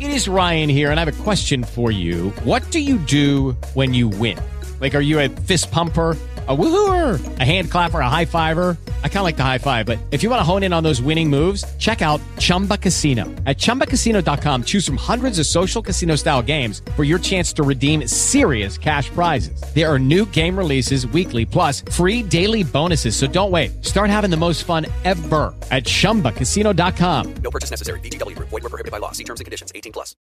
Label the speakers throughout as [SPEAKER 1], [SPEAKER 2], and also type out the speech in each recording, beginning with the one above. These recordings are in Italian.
[SPEAKER 1] It is Ryan here, and I have a question for you. What do you do when you win? Like, are you a fist pumper, a woohooer, a hand clapper, a high fiver? I kind of like the high five, but if you want to hone in on those winning moves, check out Chumba Casino. At ChumbaCasino.com, choose from hundreds of social casino style games for your chance to redeem serious cash prizes. There are new game releases weekly, plus free daily bonuses. So don't wait. Start having the most fun ever at ChumbaCasino.com.
[SPEAKER 2] No purchase necessary. VGW Group. Void where prohibited by law. See terms and conditions. 18 plus.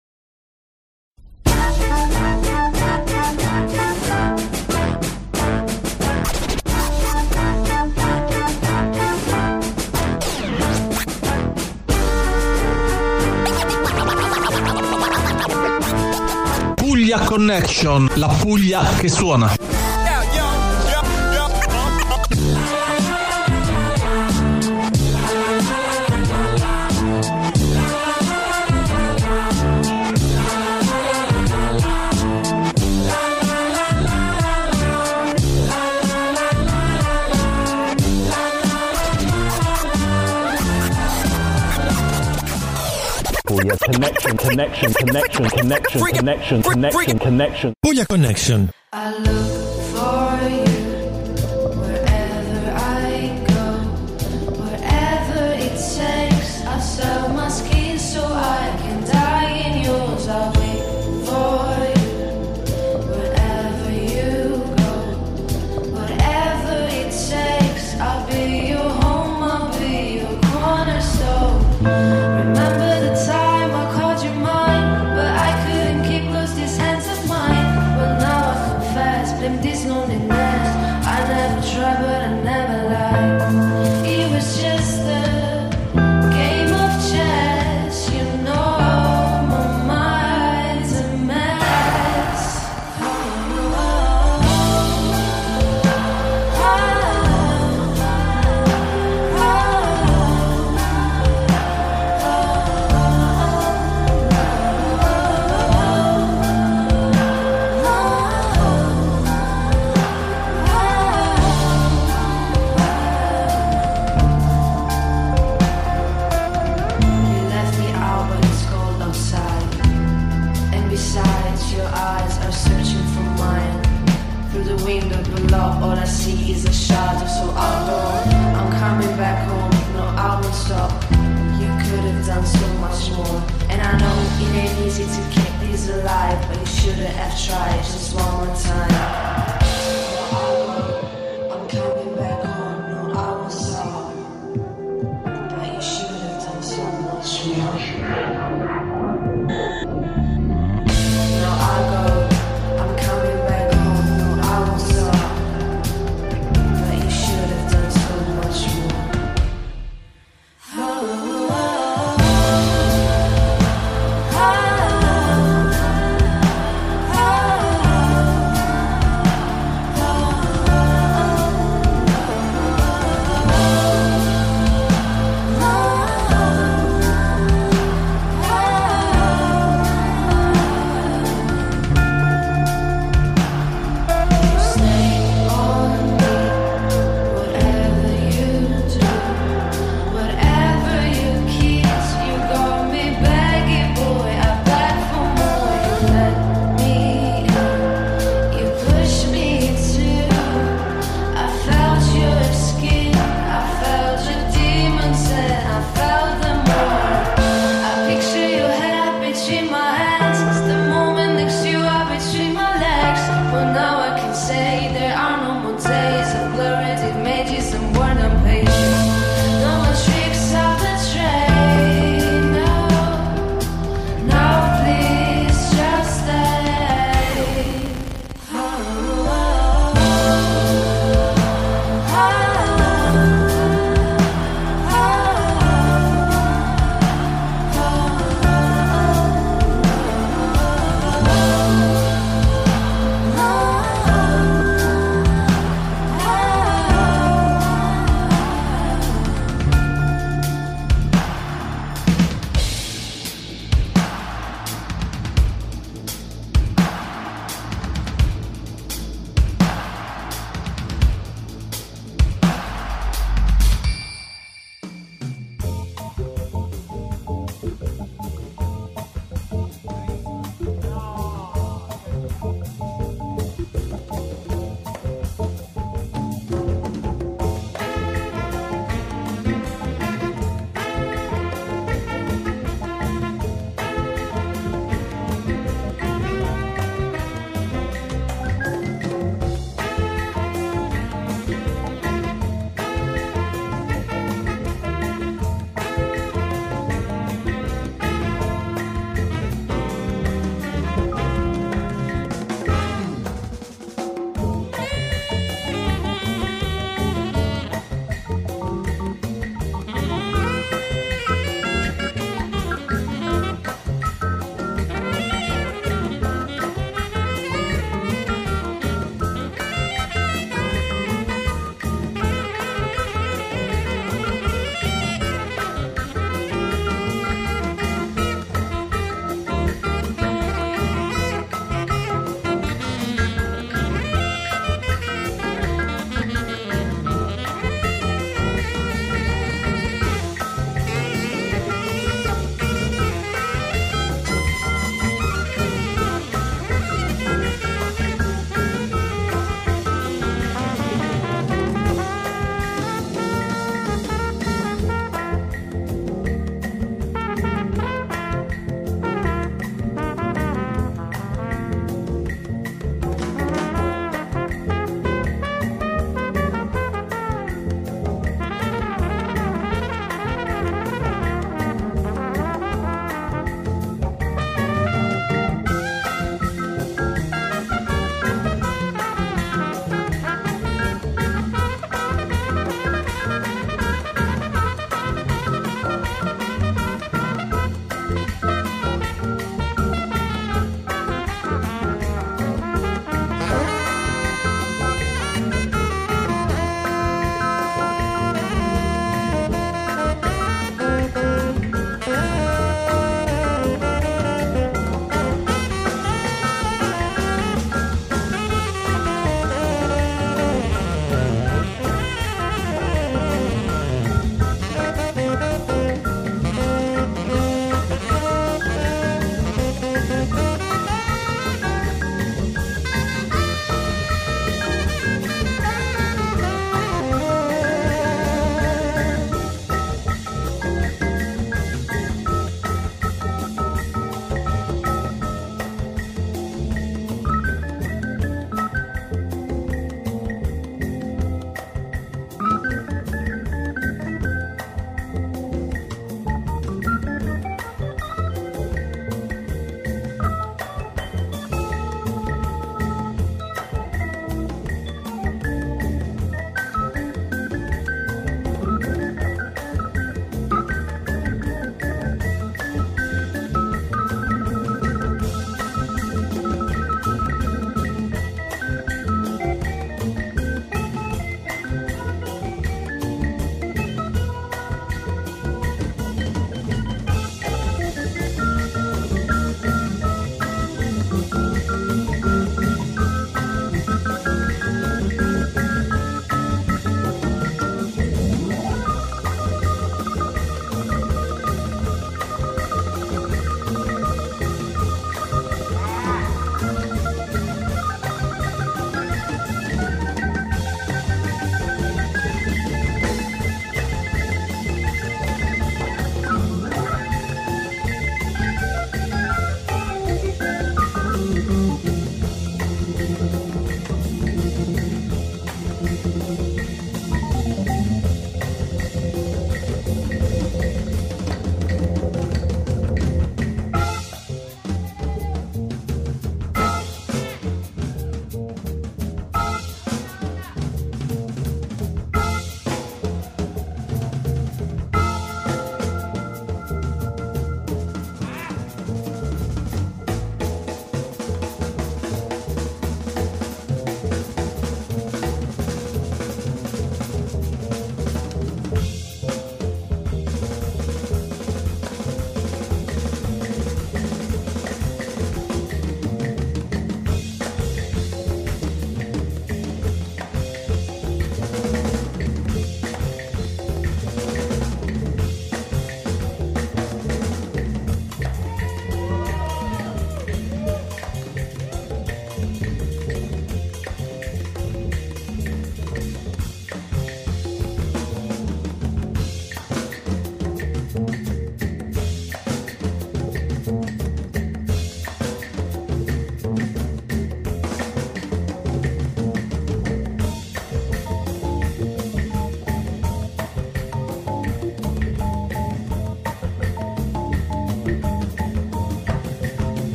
[SPEAKER 3] Puglia Connection, la Puglia che suona.
[SPEAKER 4] Puglia Connection.
[SPEAKER 3] Puglia Connection.
[SPEAKER 5] I look for you wherever I go, wherever it takes. I sell my skin so I can die in yours. I'll wait for you wherever you go, whatever it takes. I'll be your home, I'll be your cornerstone. Remember the time I called you mine, but I couldn't keep close these hands of mine. Well, now I confess, blame this loneliness. I never tried, but I never lied. It was just a game of chess, you know. My mind's a mess. You left me out when it's cold outside, and besides, your eyes are searching for mine. Through the window below, all I see is a shadow. So I'll go, I'm coming back home. No, I won't stop. You could have done so much more, and I know it ain't easy to keep these alive, but you shouldn't have tried just one more time. No, I'll go, I'm coming back home. No, I won't stop. But you should have done so much more. No, I'll go, I'm coming back home. No, I won't stop. But you should have done so much more.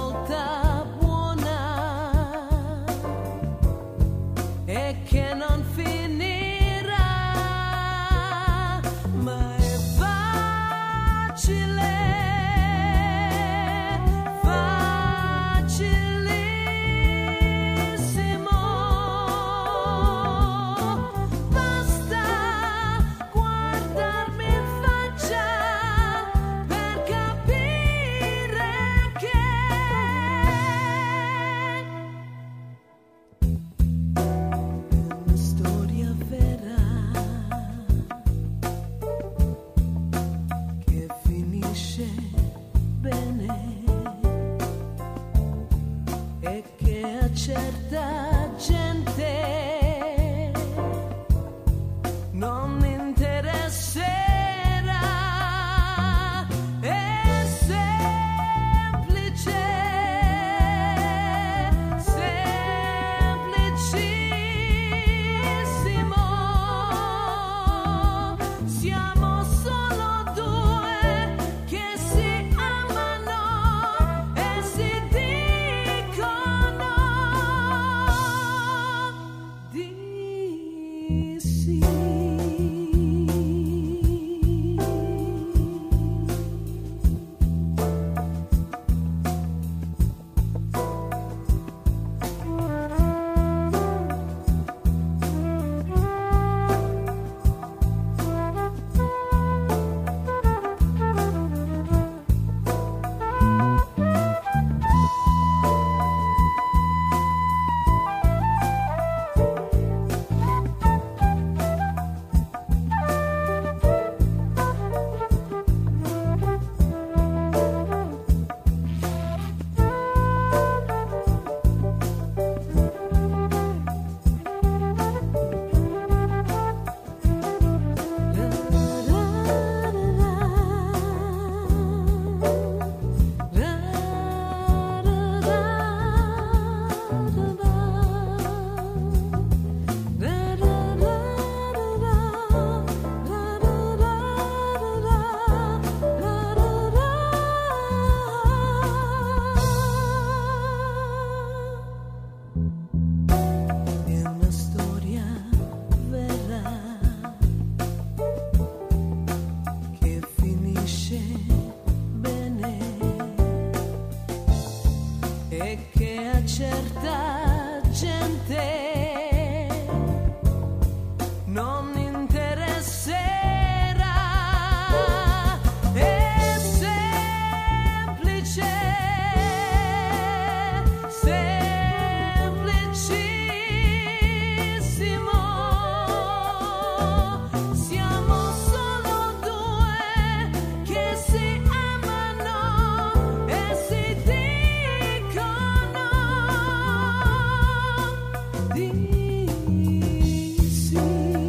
[SPEAKER 6] volta buona e che non finirà, ma è facile, facilissimo, basta guardarmi in faccia per capire che è una storia vera che finisce bene e che a certa gente non interesserà. È semplice, semplicissimo, siamo solo due che si amano e si dicono di sì. È una storia vera che finisce bene e che a certa gente non interesserà. È semplice, semplicissimo, siamo solo due che si amano e si dicono di sì.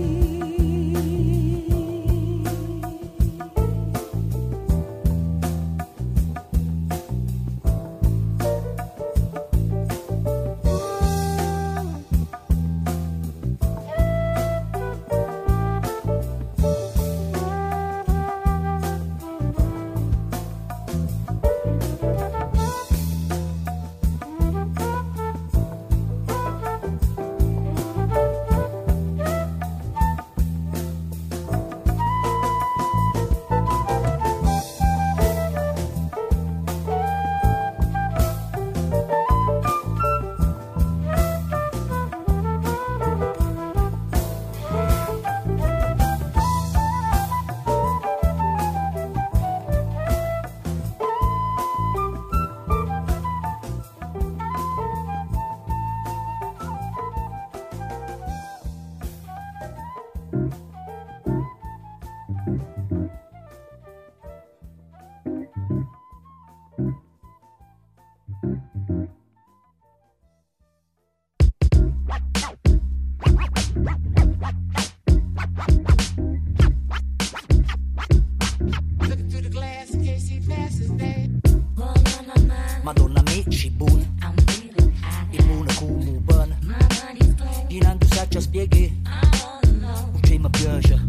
[SPEAKER 7] Madonna me ci buona, il buono come buono, io non so ci spieghi, che mi piace.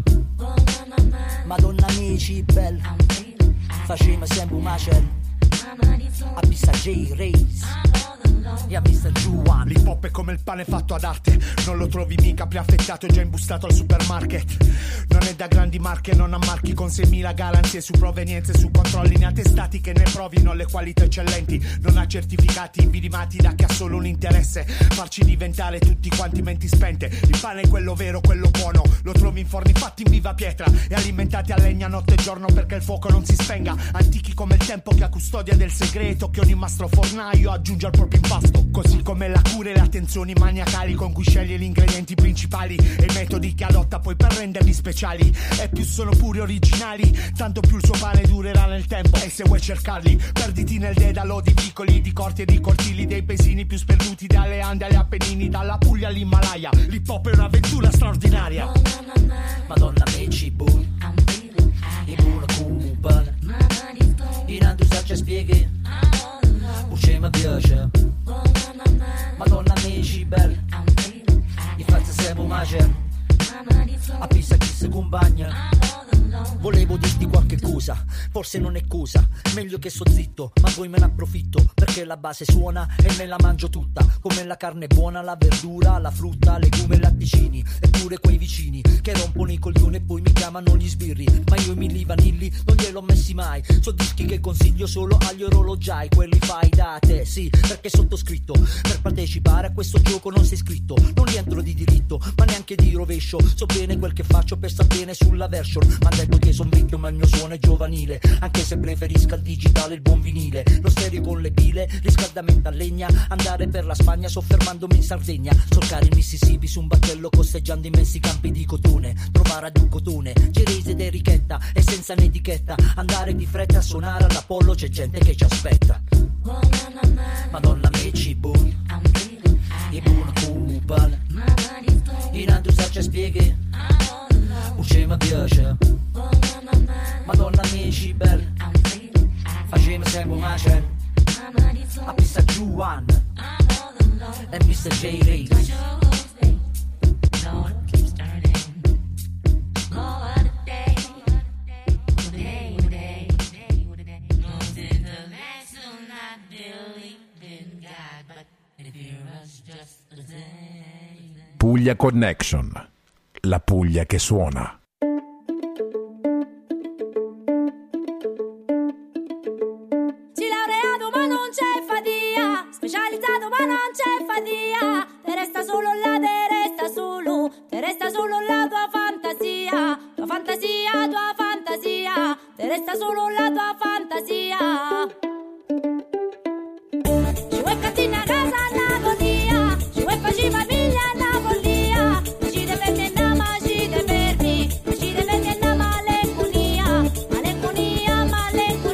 [SPEAKER 7] Madonna me ci bella, facciamo sempre un macello, a Pista J Race e a Mr. Juan.
[SPEAKER 8] L'hip hop è come il pane fatto ad arte, non lo trovi mica preaffettato e già imbustato al supermarket. Non è da grandi marche, non ha marchi con 6.000 garanzie su provenienze, su controlli né attestati che ne provino le qualità eccellenti. Non ha certificati invidimati da chi ha solo un interesse, farci diventare tutti quanti menti spente. Il pane è quello vero, quello buono, lo trovi in forni fatti in viva pietra e alimentati a legna notte e giorno perché il fuoco non si spenga. Antichi come il tempo che ha custodia del segreto che ogni mastro fornaio aggiunge al proprio impasto. Così come la cura e le attenzioni maniacali con cui sceglie gli ingredienti principali e i metodi che adotta poi per renderli speciali. E più sono pure originali, tanto più il suo pane durerà nel tempo. E se vuoi cercarli, perditi nel dedalo di vicoli, di corti e di cortili, dei paesini più sperduti dalle Ande agli Appennini, dalla Puglia all'Himalaya. L'hip hop è un'avventura straordinaria.
[SPEAKER 7] Madonna me cibo i buono come pane in antusaccia spieghi perché mi piace. Madonna me cibo i faccia sempre mace a pista chi si compagna. Volevo dirti qualche cosa, forse non è cosa, meglio che sto zitto, ma poi me ne approfitto, perché la base suona e me la mangio tutta, come la carne buona, la verdura, la frutta, legume e latticini, eppure quei vicini che rompono i coglioni e poi mi chiamano gli sbirri, ma io i milli vanilli non gliel'ho messi mai, so dischi che consiglio solo agli orologiai, quelli fai da te, sì, perché sottoscritto, per partecipare a questo gioco non sei iscritto, non rientro di diritto, ma neanche di rovescio, so bene quel che faccio per sta bene sulla version, ma detto che son vecchio ma il mio suono è giovanile, anche se preferisco al digitale il buon vinile, lo stereo con le pile, riscaldamento a legna, andare per la Spagna soffermandomi in Sardegna, solcare il Mississippi su un battello costeggiando immensi campi di cotone, trovare a Ducotone, Cerese ed Enrichetta e senza un'etichetta, andare di fretta a suonare all'Apollo, c'è gente che ci aspetta. Madonna me cibo e buono come un pane in antusaccia spieghi perché mi piace. Madonna me cibo facciamo sempre mace a pista Juan e Mr. J Race.
[SPEAKER 9] Puglia Connection, la Puglia che suona.
[SPEAKER 6] Si laureato ma non c'è fatia, specializzato ma non c'è fatia, te resta solo la, te resta solo la tua fantasia, tua fantasia, tua fantasia, te resta solo la tua fantasia. Ci vuoi cattina a casa a Nagonia, ci vuoi farci famiglia a Napolia, ci deve fermi, ma ci deve fermi, ci deve fermi a malenconia, malenconia,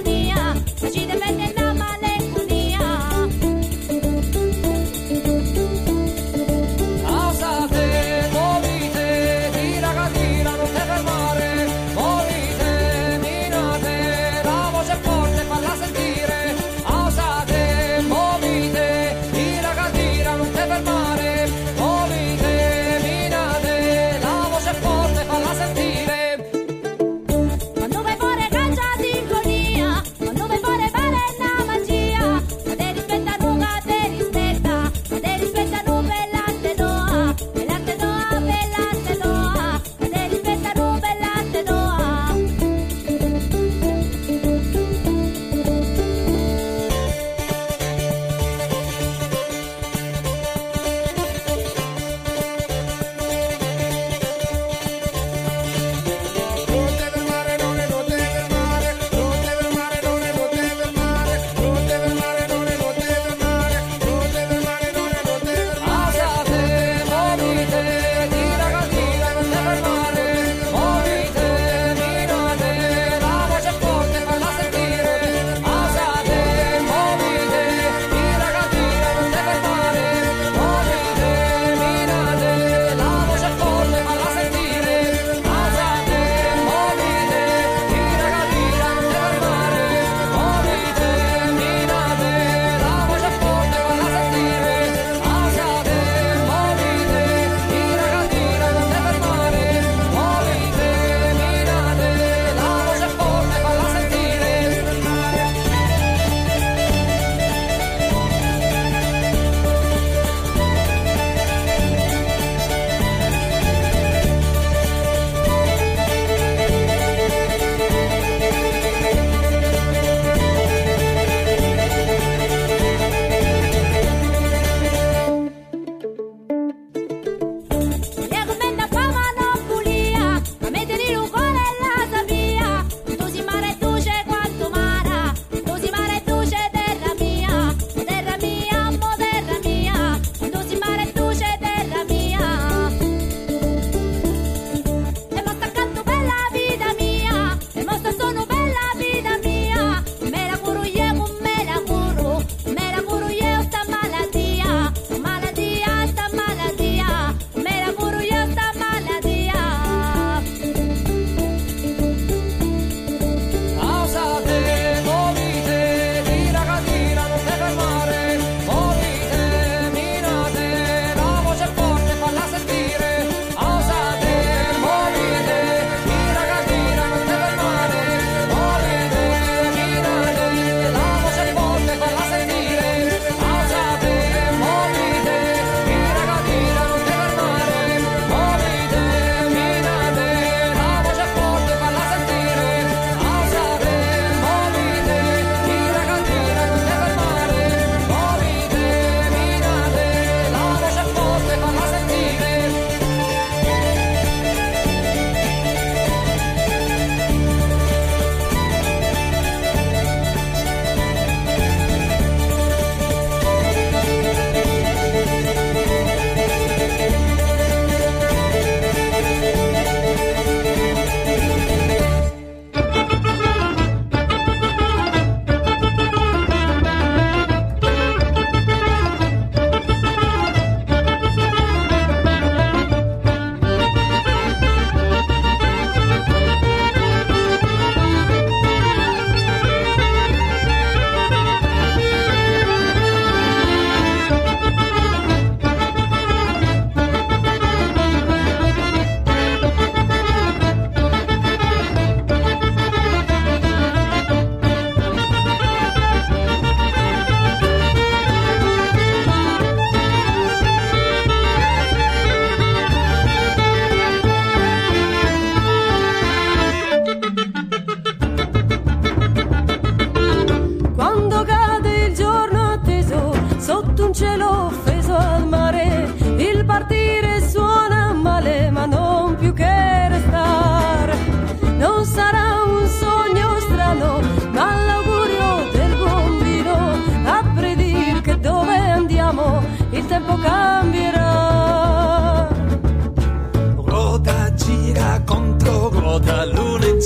[SPEAKER 6] malenconia, ci deve fermi a malenconia.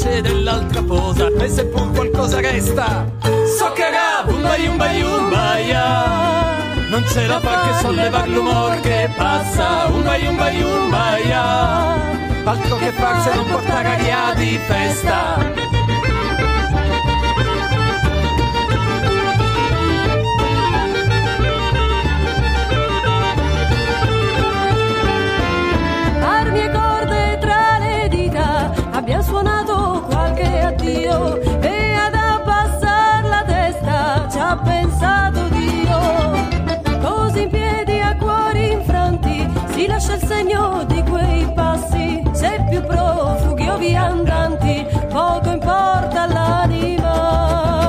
[SPEAKER 7] luce dell'altra posa, e se pur qualcosa resta, so che yumba yumba yumba ya, non ce la fa che sollevar l'umor che passa, yumba yumba yumba ya, altro che far se non portare aria di festa.
[SPEAKER 6] Abbiamo suonato qualche addio e ad abbassar la testa ci ha pensato Dio. Così in piedi a cuori infranti si lascia il segno di quei passi, se più profughi o viandanti poco importa l'anima.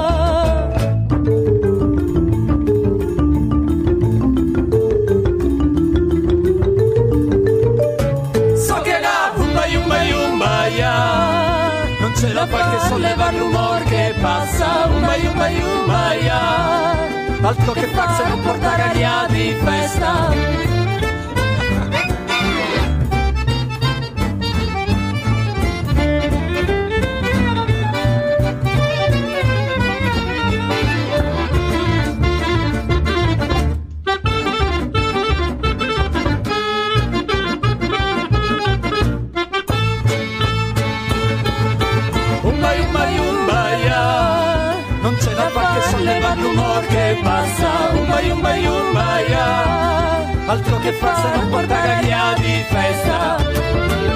[SPEAKER 7] Non ce la fa che sollevare l'umor che passa, yumba yumba yumba ya, altro che farsi non portare aria di festa. Non ce la fa che sollevare l'umor che passa, yumba yumba yumba ya, altro che farsi non portare aria di festa.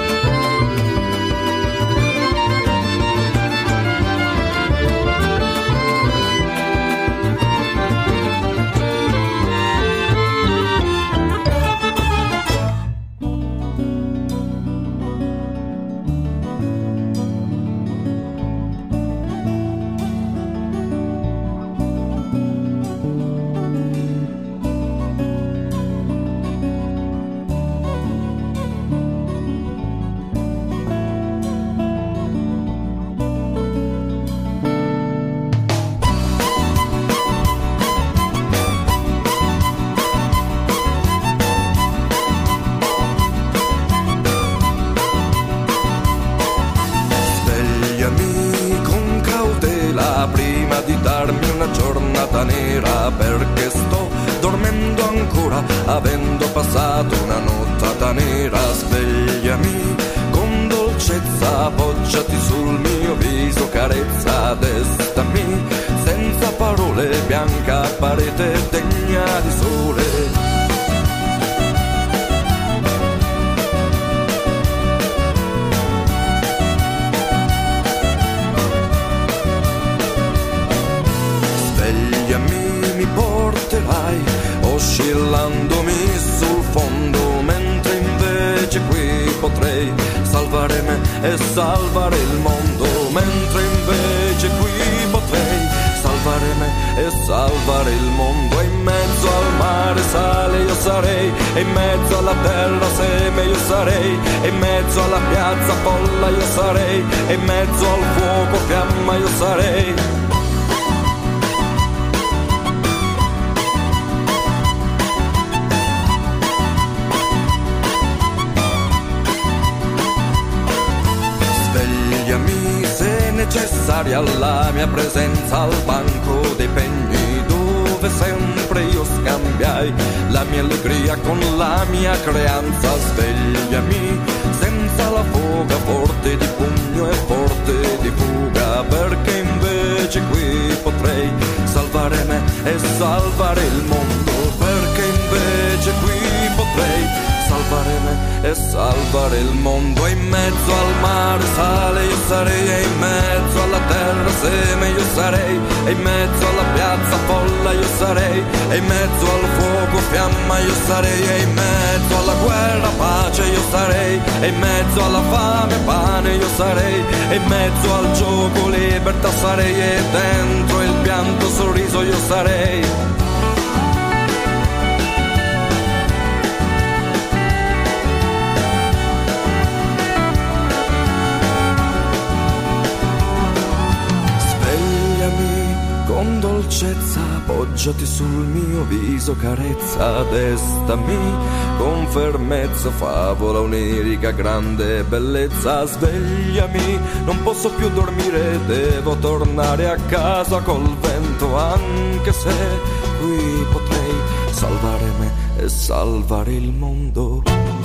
[SPEAKER 10] Nera perché sto dormendo ancora, avendo passato una nottata nera. Svegliami con dolcezza, appoggiati sul mio viso, carezza, destami senza parole, bianca parete degna di sole. Oscillandomi sul fondo, mentre invece qui potrei salvare me e salvare il mondo, mentre invece qui potrei salvare me e salvare il mondo. E in mezzo al mare sale io sarei, e in mezzo alla terra seme io sarei, e in mezzo alla piazza folla io sarei, e in mezzo al fuoco fiamma io sarei. Necessaria la mia presenza al banco dei pegni, dove sempre io scambiai la mia allegria con la mia creanza. Svegliami senza la foga, forte di pugno e forte di fuga, perché invece qui potrei salvare me e salvare il mondo, perché invece qui potrei salvare me e salvare il mondo. E in mezzo al mare sale io sarei, e in mezzo alla terra seme io sarei, e in mezzo alla piazza folla io sarei, e in mezzo al fuoco fiamma io sarei, e in mezzo alla guerra pace io sarei, e in mezzo alla fame pane io sarei, e in mezzo al gioco libertà sarei, e dentro il pianto sorriso io sarei. Con dolcezza appoggiati sul mio viso, carezza, destami con fermezza, favola onirica, grande bellezza, svegliami, non posso più dormire, devo tornare a casa col vento, anche se qui potrei salvare me e salvare il mondo.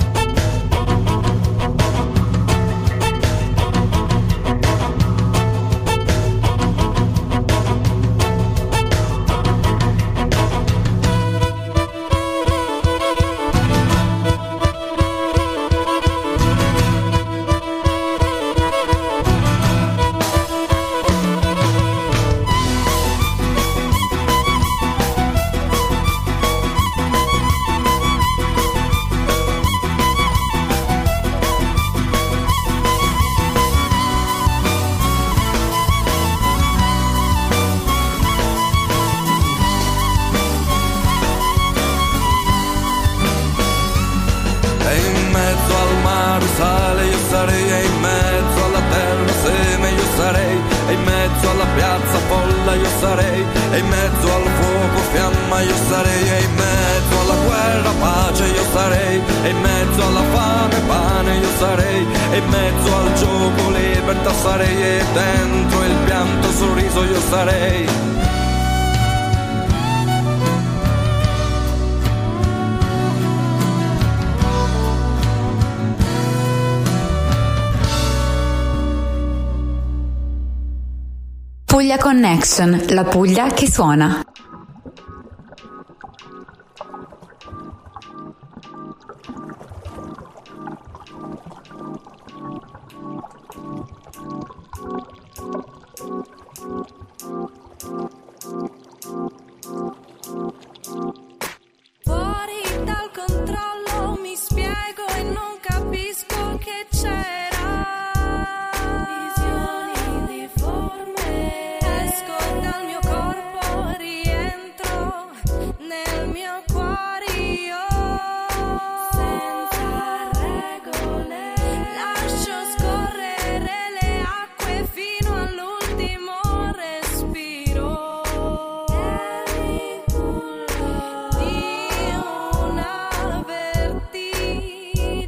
[SPEAKER 11] Puglia Connection, la Puglia che suona.
[SPEAKER 6] Fuori dal controllo mi spiego e non capisco che c'era. Visioni di forme, esco dal mio corpo, rientro nel mio cuore io. Senza regole, lascio scorrere le acque fino all'ultimo respiro. Di una vertigine,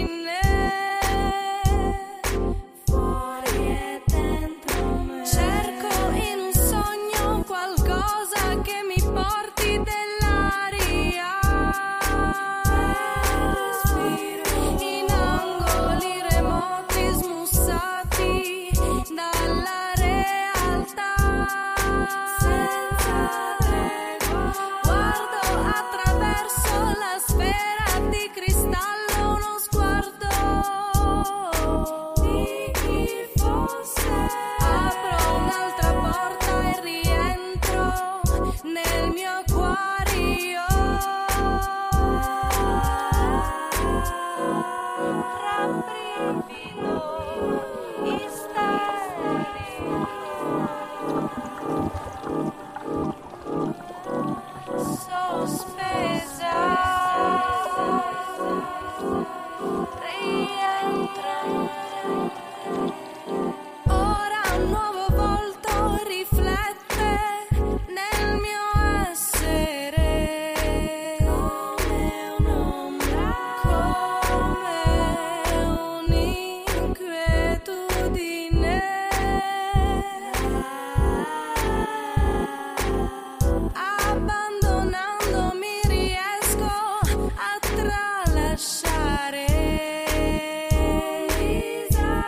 [SPEAKER 6] fuori e dentro me. Cerco in un sogno qualcosa che mi porti dell'aria. In angoli remoti smussati dalla realtà. Senza tregua guardo attraverso la sfera di cristallo, uno sguardo di chi fosse. Apro un'altra porta e rientro nel mio cuore io. Rapprido sospesa, rientro. Ora un nuovo volto riflette nel mio essere, come un'ombra, come un'inquietudine. Abbandonandomi riesco a tralasciare un disagio.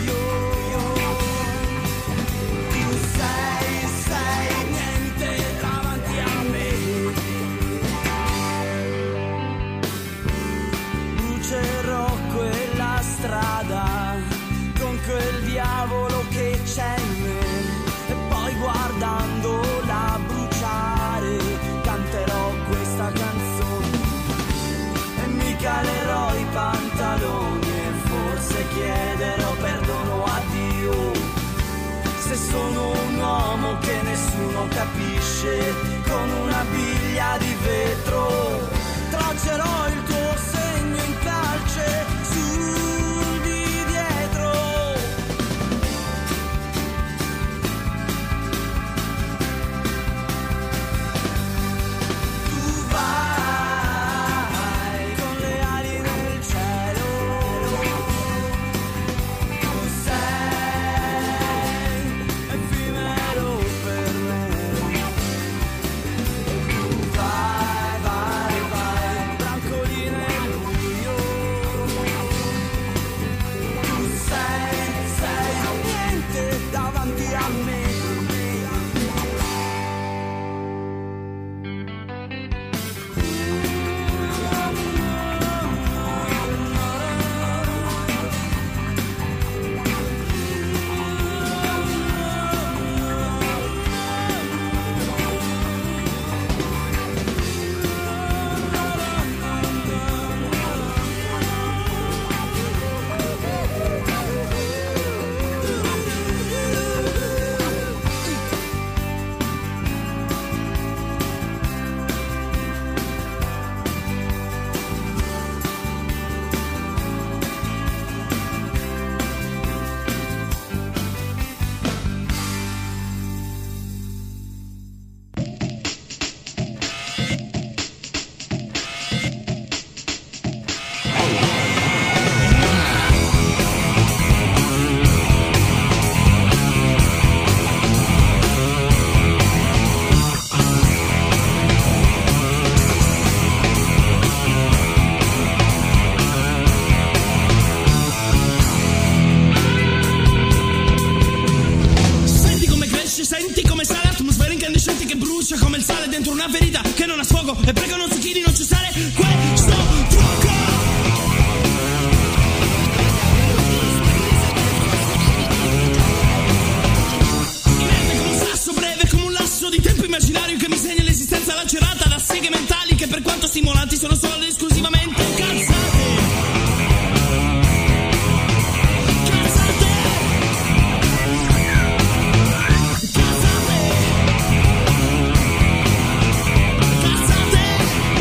[SPEAKER 12] chiederò perdono a Dio. Se sono un uomo che nessuno capisce, con una biglia di vetro traccerò il tuo segno in calce sul di dietro. Tu vai con le ali nel cielo, tu sei effimero per me. Tu vai, vai, vai, brancoli nel buio. Tu sei niente davanti a me.
[SPEAKER 13] Senti come cresce, senti come sale, atmosfera incandescente che brucia come il sale dentro una ferita che non ha sfogo e pregano su chi di non cessare questo fuoco. Inerte come un sasso, breve come un lasso di tempo immaginario che mi segna l'esistenza lacerata da seghe mentali che per quanto stimolanti sono solo ed esclusivamente cazzate. Cazzate.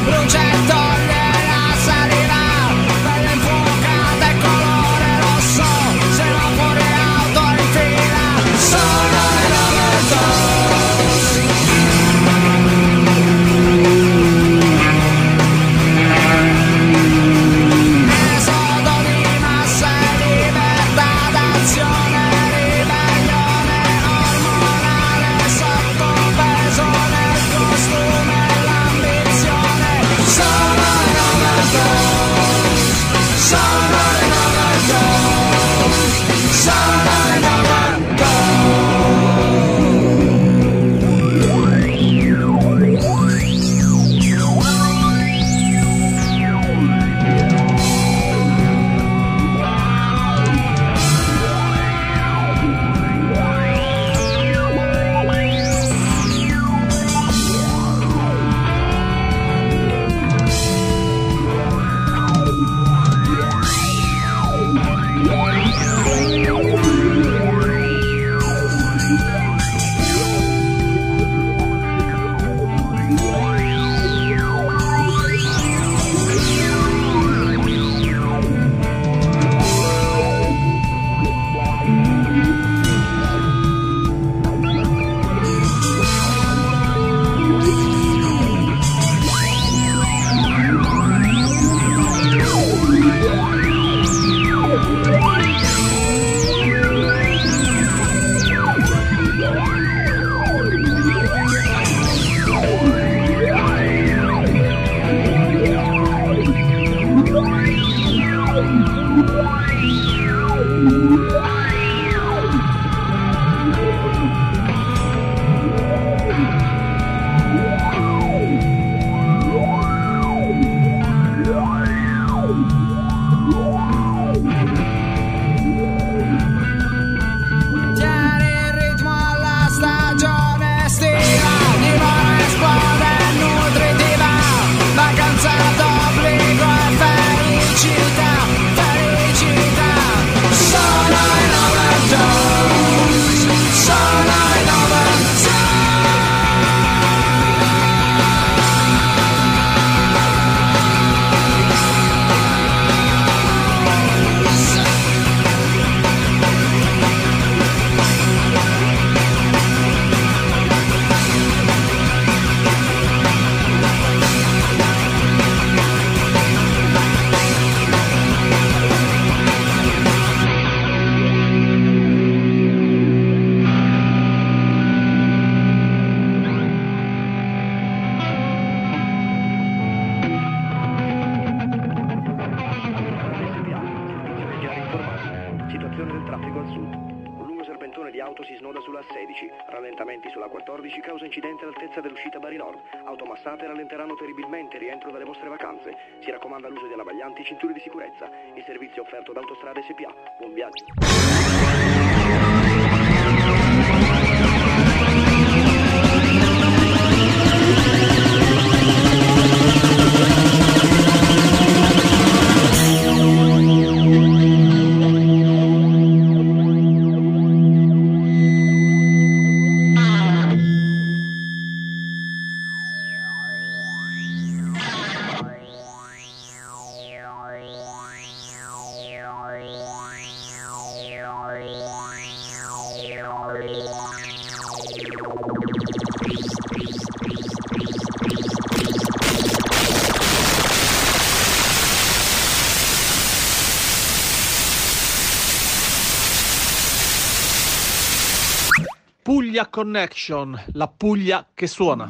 [SPEAKER 12] brucia e toglie la saliva, pelle infuocata e colore rosso, semafori e auto in fila, sono in overdose. Esodo di massa e libertà d'azione, ribellione ormonale, sottopeso nel costume e l'ambizione. Sono in overdose, sono in overdose, sono in
[SPEAKER 14] Rallentamenti sulla 14 causa incidente all'altezza dell'uscita Bari Nord. Automassate rallenteranno terribilmente il rientro dalle vostre vacanze. Si raccomanda l'uso di anabbaglianti e cinture di sicurezza. Il servizio offerto da Autostrade SPA. Buon viaggio.
[SPEAKER 3] Puglia Connection, la Puglia che suona.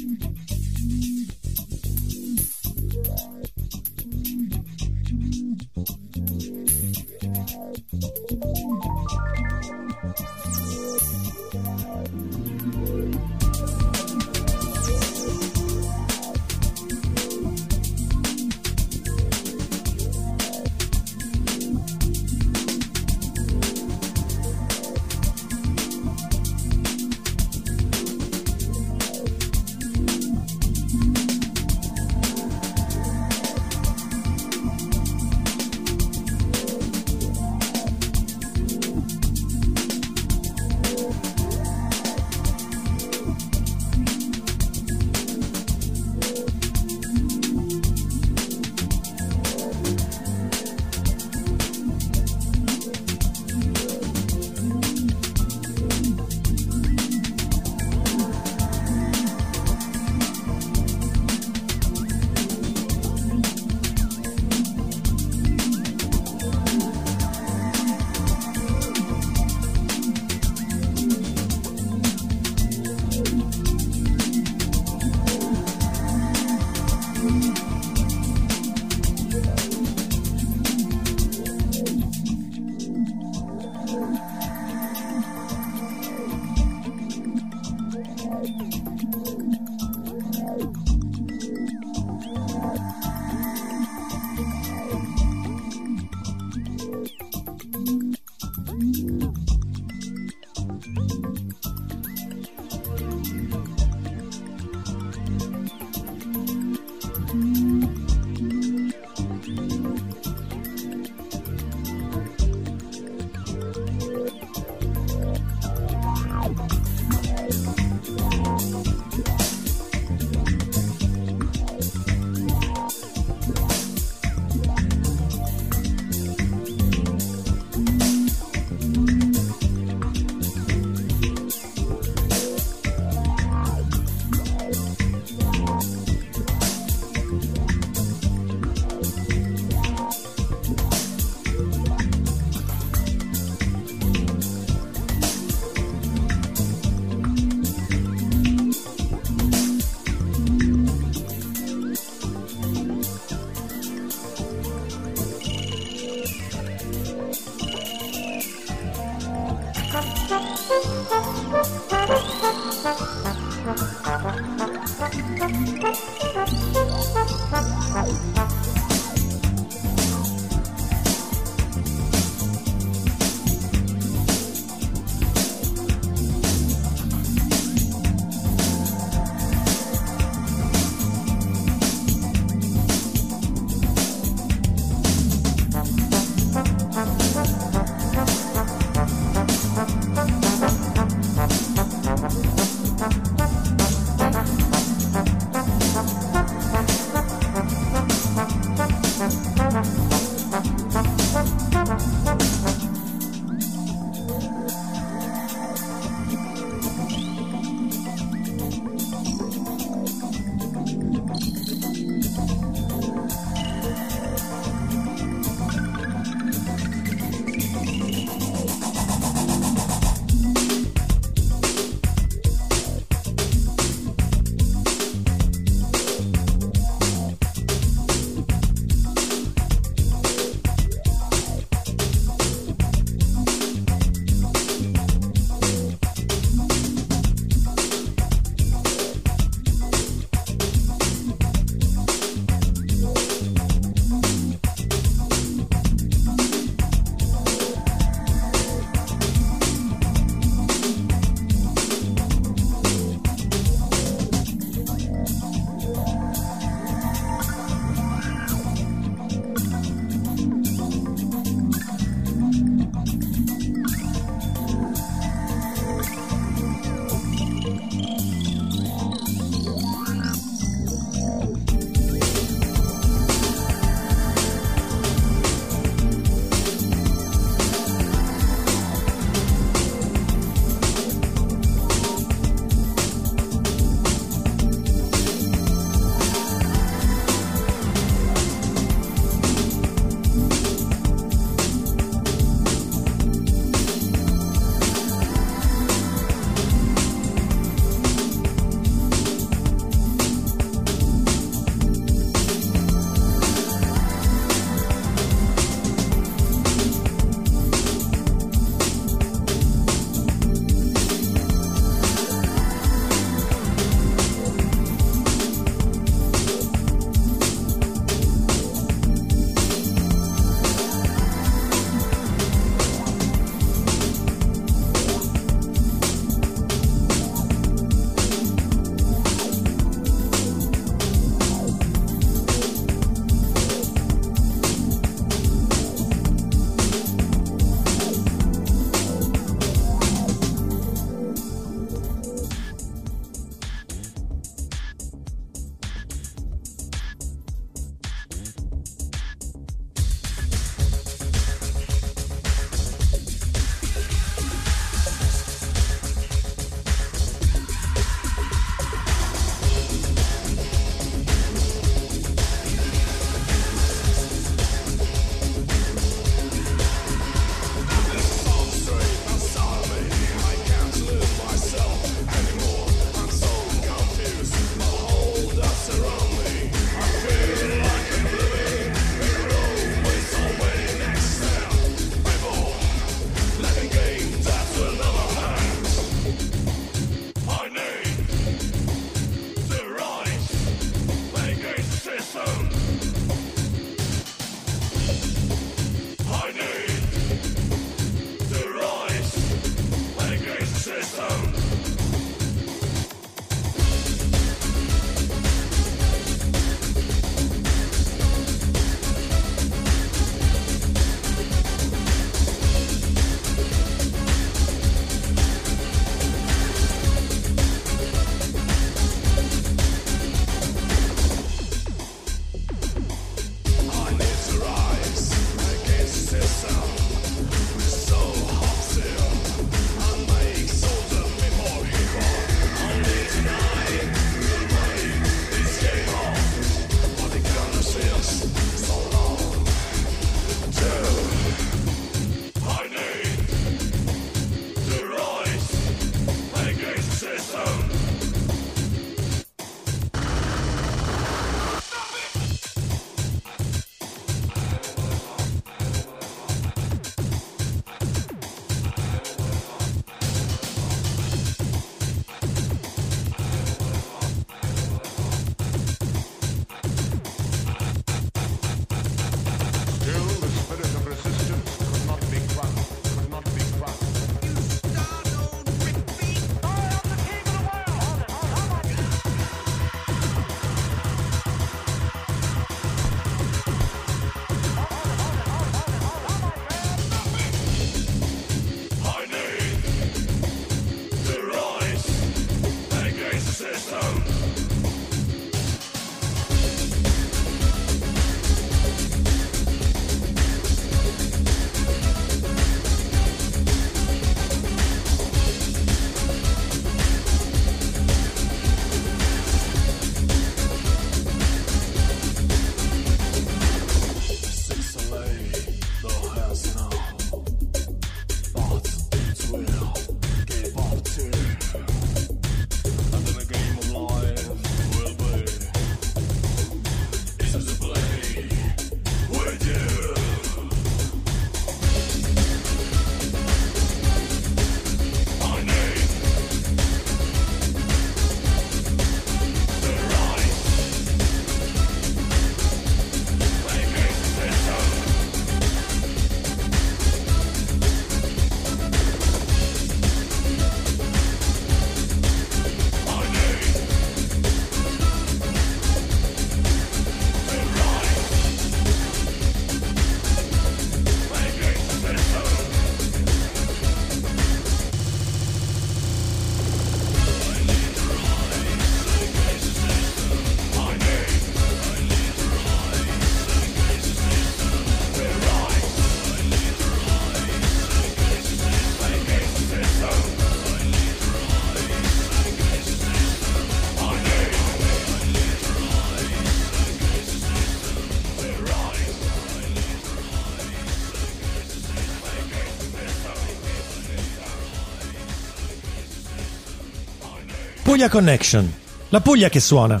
[SPEAKER 15] Puglia Connection, la Puglia che suona.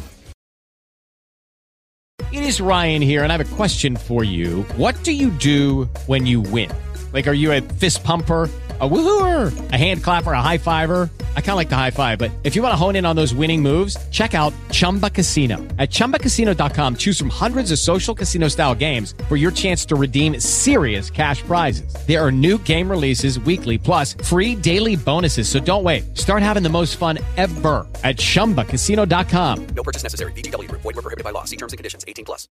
[SPEAKER 1] It is Ryan here, and I have a question for you. What do you do when you win? Like, are you a fist pumper, a woohooer, a hand clapper, a high fiver? I kind of like the high five, but if you want to hone in on those winning moves, check out Chumba Casino. At ChumbaCasino.com, choose from hundreds of social casino style games for your chance to redeem serious cash prizes. There are new game releases weekly, plus free daily bonuses. So don't wait. Start having the most fun ever at ChumbaCasino.com.
[SPEAKER 2] No purchase necessary. VGW Group. Void where prohibited by law. See terms and conditions. 18+.